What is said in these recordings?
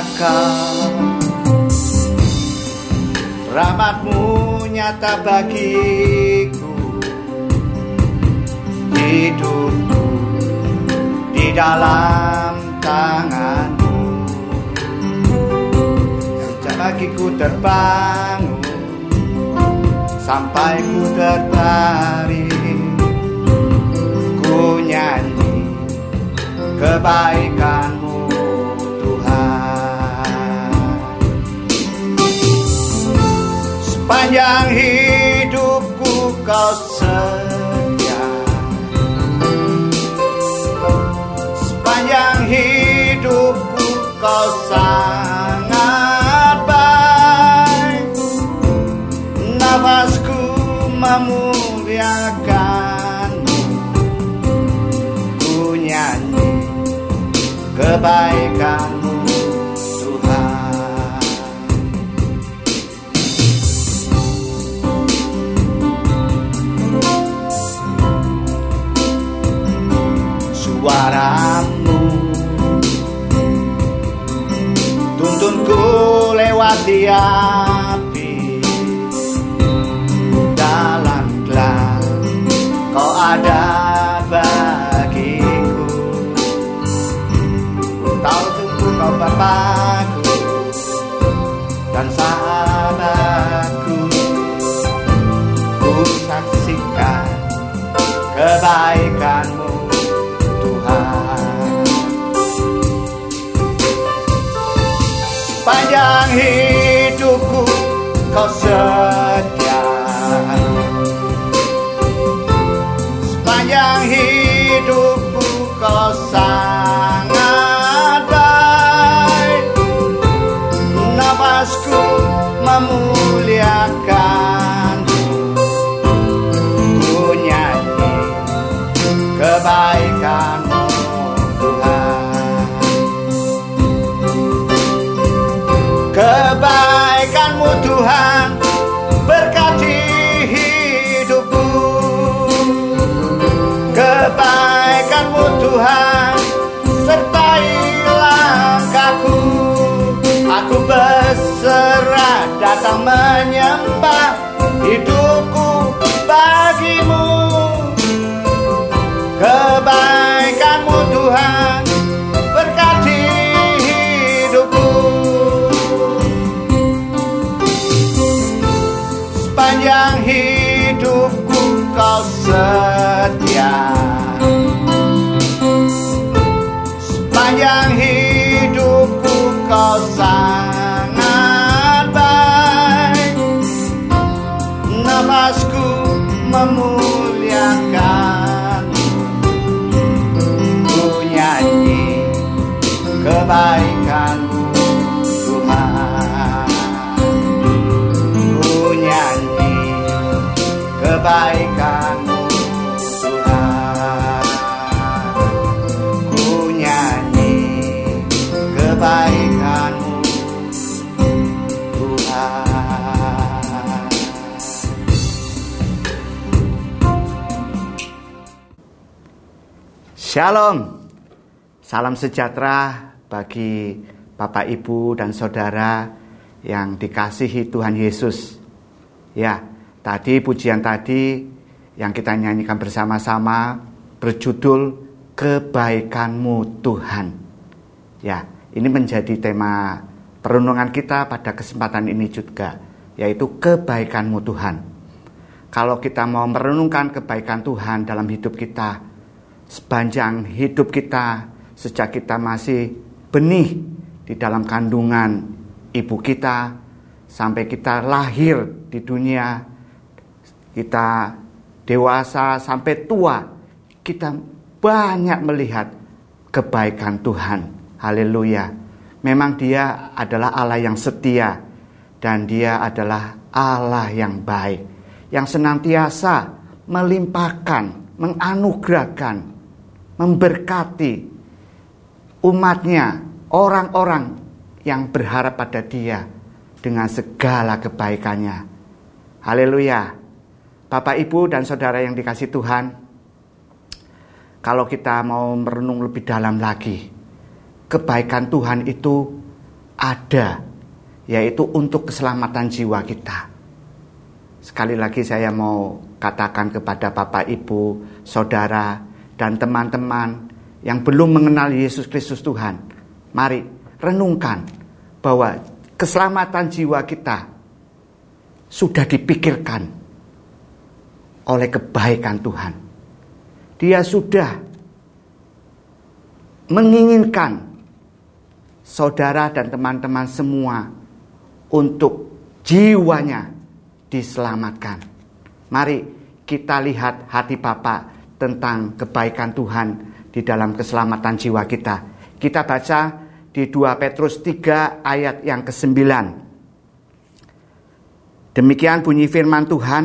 akal. Rahmat-Mu nyata bagiku, hidupku di dalam tangan-Mu. Sejak bagiku terbangun sampai ku terbaring, ku nyanyi kebaikan-Mu Tuhan. Sepanjang hidupku Kau setia, sepanjang hidupku Kau sangat baik. Nafasku memuliakan-Mu, ku nyanyi kebaikan-Mu Tuhan. Suara-Mu tuntunku lewati api, dalam gelap Kau ada bagiku. Ku tahu tunggu Kau Bapakku dan sahabatku, ku saksikan kebaikan-Mu Tuhan. Sepanjang hidupku Kau setia, sepanjang hidupku Kau sangat baik. Nafasku memuliakan-Mu, ku nyanyi kebaikan-Mu Tuhan. Kebaikan-Mu Tuhan berkati hidupku, kebaikan-Mu Tuhan sertai langkahku. Aku berserah datang menyembah, hidupku bagi-Mu. Kebaikan-Mu Tuhan berkati hidupku. Sepanjang hidupku Kau setia, sepanjang hidupku Kau sangat baik. Nafasku memuliakan-Mu, ku nyanyi kebaikan-Mu Tuhan. Ku nyanyi kebaikan-Mu Tuhan. Ku nyanyi kebaikan-Mu Tuhan. Shalom, salam sejahtera bagi Bapak, Ibu, dan Saudara yang dikasihi Tuhan Yesus. Ya, tadi pujian tadi yang kita nyanyikan bersama-sama berjudul Kebaikan-Mu Tuhan. Ya, ini menjadi tema perenungan kita pada kesempatan ini juga, yaitu kebaikan-Mu Tuhan. Kalau kita mau merenungkan kebaikan Tuhan dalam hidup kita, sepanjang hidup kita, sejak kita masih benih di dalam kandungan ibu kita, sampai kita lahir di dunia, kita dewasa sampai tua, kita banyak melihat kebaikan Tuhan. Haleluya. Memang Dia adalah Allah yang setia, dan Dia adalah Allah yang baik, yang senantiasa melimpahkan, menganugerahkan, memberkati umatnya, orang-orang yang berharap pada Dia dengan segala kebaikannya. Haleluya. Bapak, Ibu, dan Saudara yang dikasihi Tuhan, kalau kita mau merenung lebih dalam lagi, kebaikan Tuhan itu ada, yaitu untuk keselamatan jiwa kita. Sekali lagi saya mau katakan kepada Bapak, Ibu, Saudara, dan teman-teman yang belum mengenal Yesus Kristus Tuhan. Mari renungkan bahwa keselamatan jiwa kita sudah dipikirkan oleh kebaikan Tuhan. Dia sudah menginginkan saudara dan teman-teman semua untuk jiwanya diselamatkan. Mari kita lihat hati Bapa tentang kebaikan Tuhan di dalam keselamatan jiwa kita. Kita baca di 2 Petrus 3 ayat yang ke-9. Demikian bunyi firman Tuhan.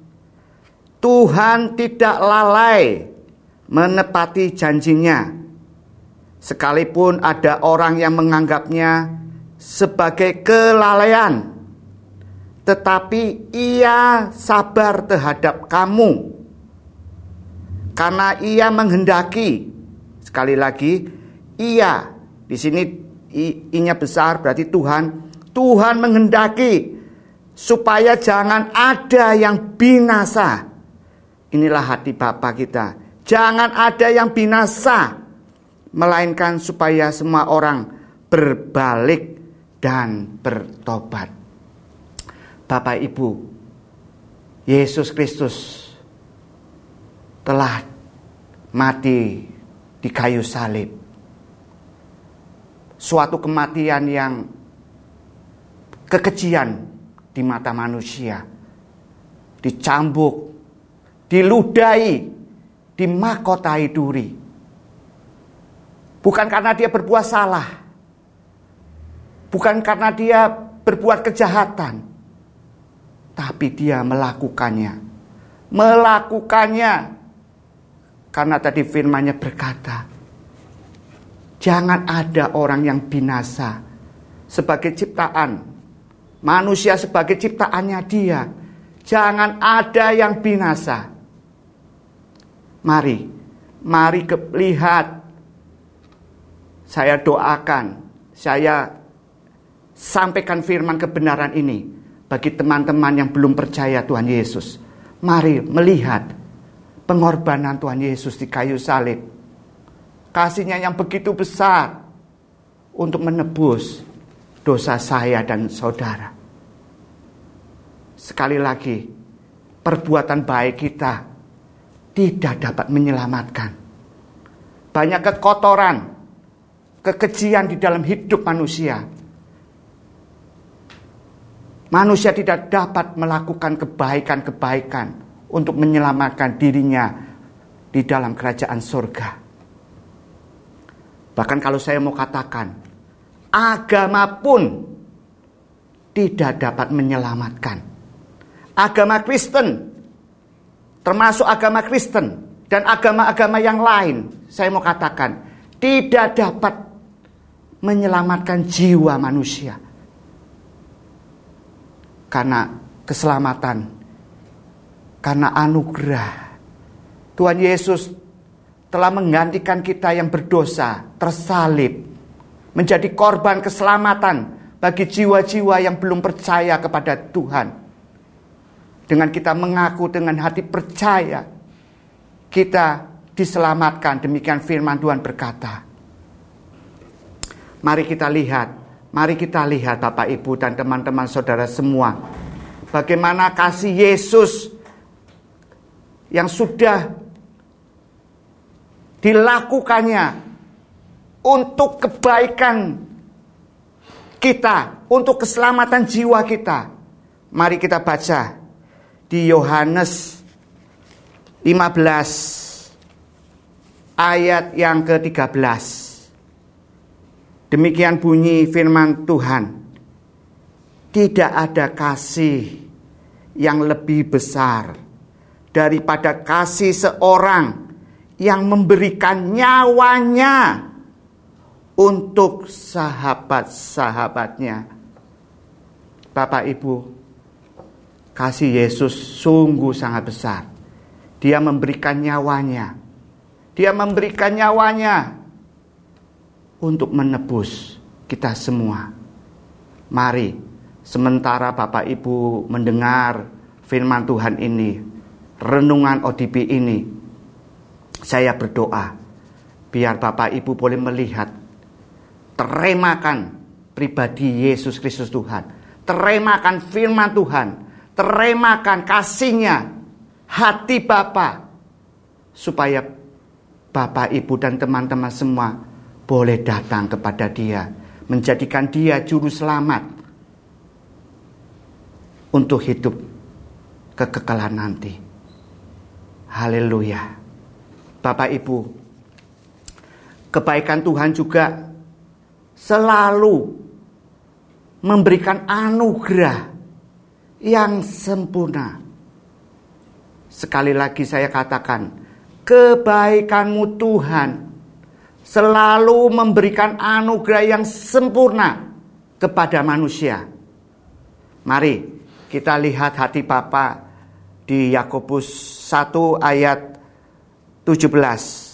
Tuhan tidak lalai menepati janjinya, sekalipun ada orang yang menganggapnya sebagai kelalaian, tetapi Ia sabar terhadap kamu, karena Ia menghendaki. Sekali lagi, Ia, di sini I-nya besar, berarti Tuhan. Tuhan menghendaki supaya jangan ada yang binasa. Inilah hati Bapa kita. Jangan ada yang binasa, melainkan supaya semua orang berbalik dan bertobat. Bapak Ibu, Yesus Kristus telah mati di kayu salib. Suatu kematian yang kekejian di mata manusia. Dicambuk, diludahi, dimahkotai duri. Bukan karena dia berbuat salah, bukan karena dia berbuat kejahatan, tapi dia melakukannya karena tadi firman-Nya berkata, jangan ada orang yang binasa. Sebagai ciptaan manusia, sebagai ciptaannya Dia, jangan ada yang binasa. Mari lihat. Saya doakan, saya sampaikan firman kebenaran ini bagi teman-teman yang belum percaya Tuhan Yesus. Mari melihat pengorbanan Tuhan Yesus di kayu salib. Kasih-Nya yang begitu besar untuk menebus dosa saya dan saudara. Sekali lagi, perbuatan baik kita tidak dapat menyelamatkan. Banyak kekotoran, kekejian di dalam hidup manusia. Manusia tidak dapat melakukan kebaikan-kebaikan untuk menyelamatkan dirinya di dalam kerajaan surga. Bahkan kalau saya mau katakan, agama pun tidak dapat menyelamatkan. Agama Kristen, termasuk agama Kristen dan agama-agama yang lain, saya mau katakan, tidak dapat menyelamatkan jiwa manusia. Karena keselamatan, karena anugerah. Tuhan Yesus telah menggantikan kita yang berdosa, tersalib, menjadi korban keselamatan bagi jiwa-jiwa yang belum percaya kepada Tuhan. Dengan kita mengaku dengan hati percaya, kita diselamatkan. Demikian firman Tuhan berkata. Mari kita lihat Bapak, Ibu, dan teman-teman saudara semua, bagaimana kasih Yesus yang sudah dilakukannya untuk kebaikan kita, untuk keselamatan jiwa kita. Mari kita baca di Yohanes 15 ayat yang ke-13. Demikian bunyi firman Tuhan. Tidak ada kasih yang lebih besar daripada kasih seorang yang memberikan nyawanya untuk sahabat-sahabatnya. Bapak, Ibu, kasih Yesus sungguh sangat besar. Dia memberikan nyawanya. Dia memberikan nyawanya untuk menebus kita semua. Mari, sementara Bapak Ibu mendengar firman Tuhan ini, renungan ODP ini, saya berdoa, biar Bapak Ibu boleh melihat, teremakan pribadi Yesus Kristus Tuhan, teremakan firman Tuhan, teremakan kasih-Nya, hati Bapa, supaya Bapak, Ibu, dan teman-teman semua boleh datang kepada Dia, menjadikan Dia juru selamat untuk hidup kekekalan nanti. Haleluya. Bapak Ibu, kebaikan Tuhan juga selalu memberikan anugerah yang sempurna. Sekali lagi saya katakan, kebaikan-Mu Tuhan selalu memberikan anugerah yang sempurna kepada manusia. Mari kita lihat hati Bapa di Yakobus 1 ayat 17.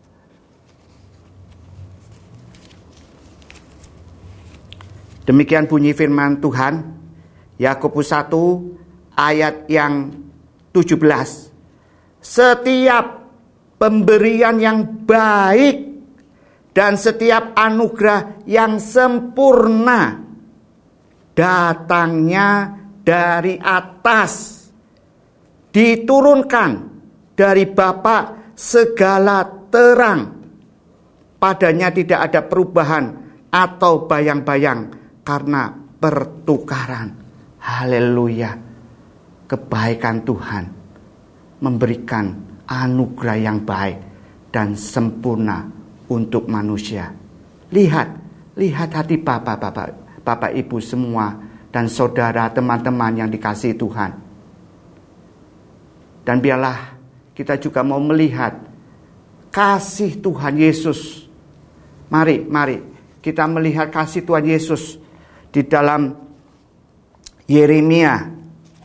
Demikian bunyi firman Tuhan, Yakobus 1 ayat yang 17. Setiap pemberian yang baik dan setiap anugerah yang sempurna datangnya dari atas, diturunkan dari Bapa segala terang. Padanya tidak ada perubahan atau bayang-bayang karena pertukaran. Haleluya. Kebaikan Tuhan memberikan anugerah yang baik dan sempurna untuk manusia. Lihat hati Bapak Ibu semua dan saudara, teman-teman yang dikasihi Tuhan. Dan biarlah kita juga mau melihat kasih Tuhan Yesus. Mari kita melihat kasih Tuhan Yesus di dalam Yeremia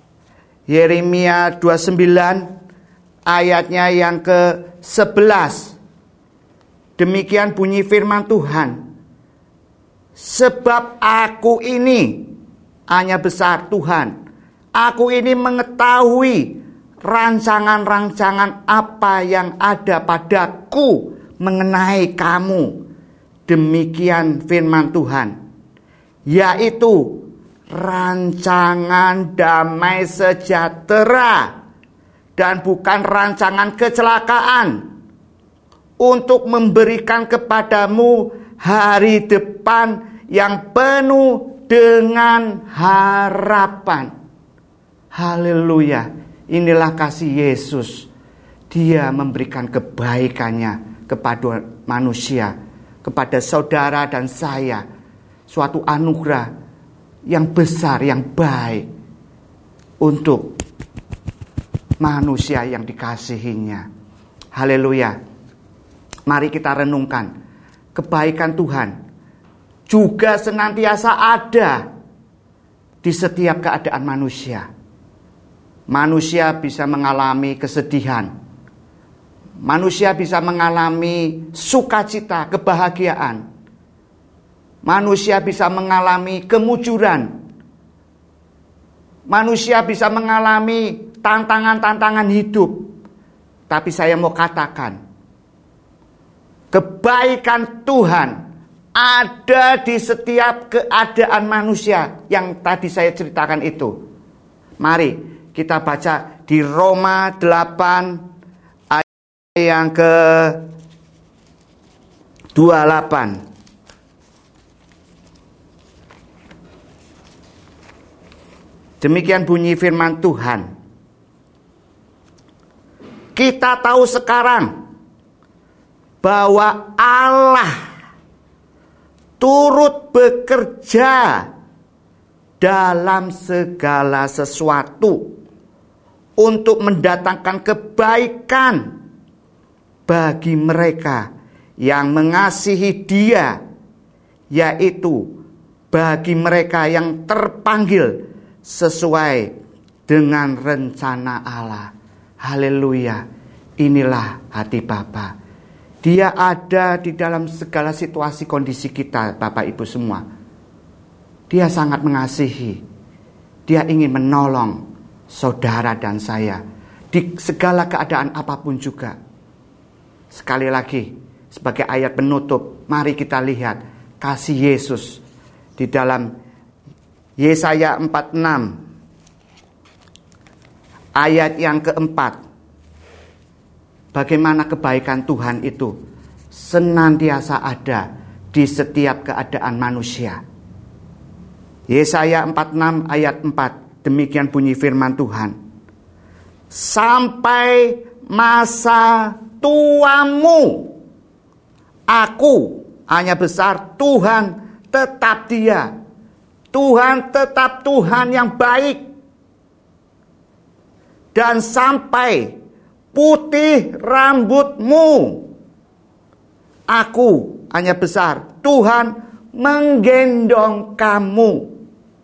29 ayatnya yang ke-11. Demikian bunyi firman Tuhan. Sebab aku ini hanya besar Tuhan. Aku ini mengetahui rancangan-rancangan apa yang ada padaku mengenai kamu. Demikian firman Tuhan. Yaitu rancangan damai sejahtera dan bukan rancangan kecelakaan, untuk memberikan kepadamu hari depan yang penuh dengan harapan. Haleluya. Inilah kasih Yesus. Dia memberikan kebaikannya kepada manusia, kepada saudara dan saya. Suatu anugerah yang besar, yang baik untuk manusia yang dikasihinya. Haleluya. Mari kita renungkan, kebaikan Tuhan juga senantiasa ada di setiap keadaan manusia. Manusia bisa mengalami kesedihan. Manusia bisa mengalami sukacita, kebahagiaan. Manusia bisa mengalami kemujuran. Manusia bisa mengalami tantangan-tantangan hidup. Tapi saya mau katakan, kebaikan Tuhan ada di setiap keadaan manusia yang tadi saya ceritakan itu. Mari kita baca di Roma 8 ayat yang ke-28. Demikian bunyi firman Tuhan. Kita tahu sekarang bahwa Allah turut bekerja dalam segala sesuatu untuk mendatangkan kebaikan bagi mereka yang mengasihi Dia, yaitu bagi mereka yang terpanggil sesuai dengan rencana Allah. Haleluya. Inilah hati Bapa. Dia ada di dalam segala situasi kondisi kita, Bapak Ibu semua. Dia sangat mengasihi. Dia ingin menolong saudara dan saya di segala keadaan apapun juga. Sekali lagi, sebagai ayat penutup, mari kita lihat kasih Yesus di dalam Yesaya 46 ayat yang keempat. Bagaimana kebaikan Tuhan itu senantiasa ada di setiap keadaan manusia. Yesaya 46 ayat 4, demikian bunyi firman Tuhan. Sampai masa tuamu, aku hanya besar, Tuhan tetap Dia. Tuhan tetap Tuhan yang baik. Dan sampai putih rambutmu, aku hanya besar, Tuhan menggendong kamu.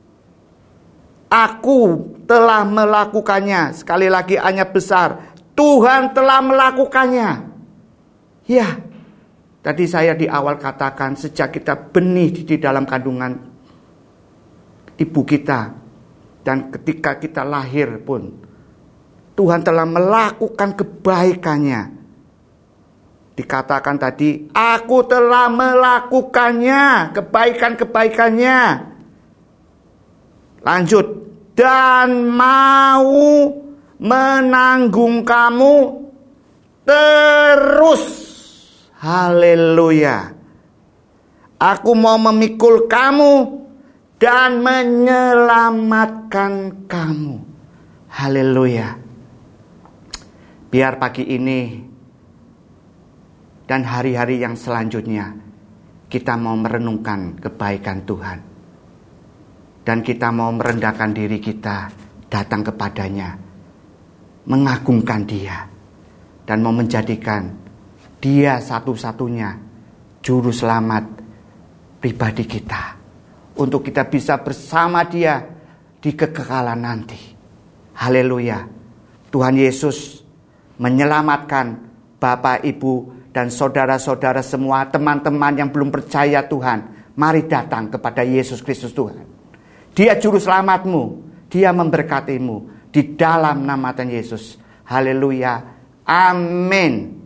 Aku telah melakukannya. Sekali lagi, hanya besar, Tuhan telah melakukannya. Ya, tadi saya di awal katakan, sejak kita benih di dalam kandungan ibu kita, dan ketika kita lahir pun, Tuhan telah melakukan kebaikannya. Dikatakan tadi, aku telah melakukannya, kebaikan-kebaikannya. Lanjut, dan mau menanggung kamu terus. Haleluya. Aku mau memikul kamu dan menyelamatkan kamu. Haleluya. Biar pagi ini dan hari-hari yang selanjutnya kita mau merenungkan kebaikan Tuhan. Dan kita mau merendahkan diri kita, datang kepadanya, mengagungkan Dia, dan mau menjadikan Dia satu-satunya juru selamat pribadi kita, untuk kita bisa bersama Dia di kekekalan nanti. Haleluya. Tuhan Yesus menyelamatkan Bapak, Ibu, dan saudara-saudara semua, teman-teman yang belum percaya Tuhan. Mari datang kepada Yesus Kristus Tuhan. Dia juru selamatmu. Dia memberkatimu di dalam nama Tuhan Yesus. Haleluya. Amin.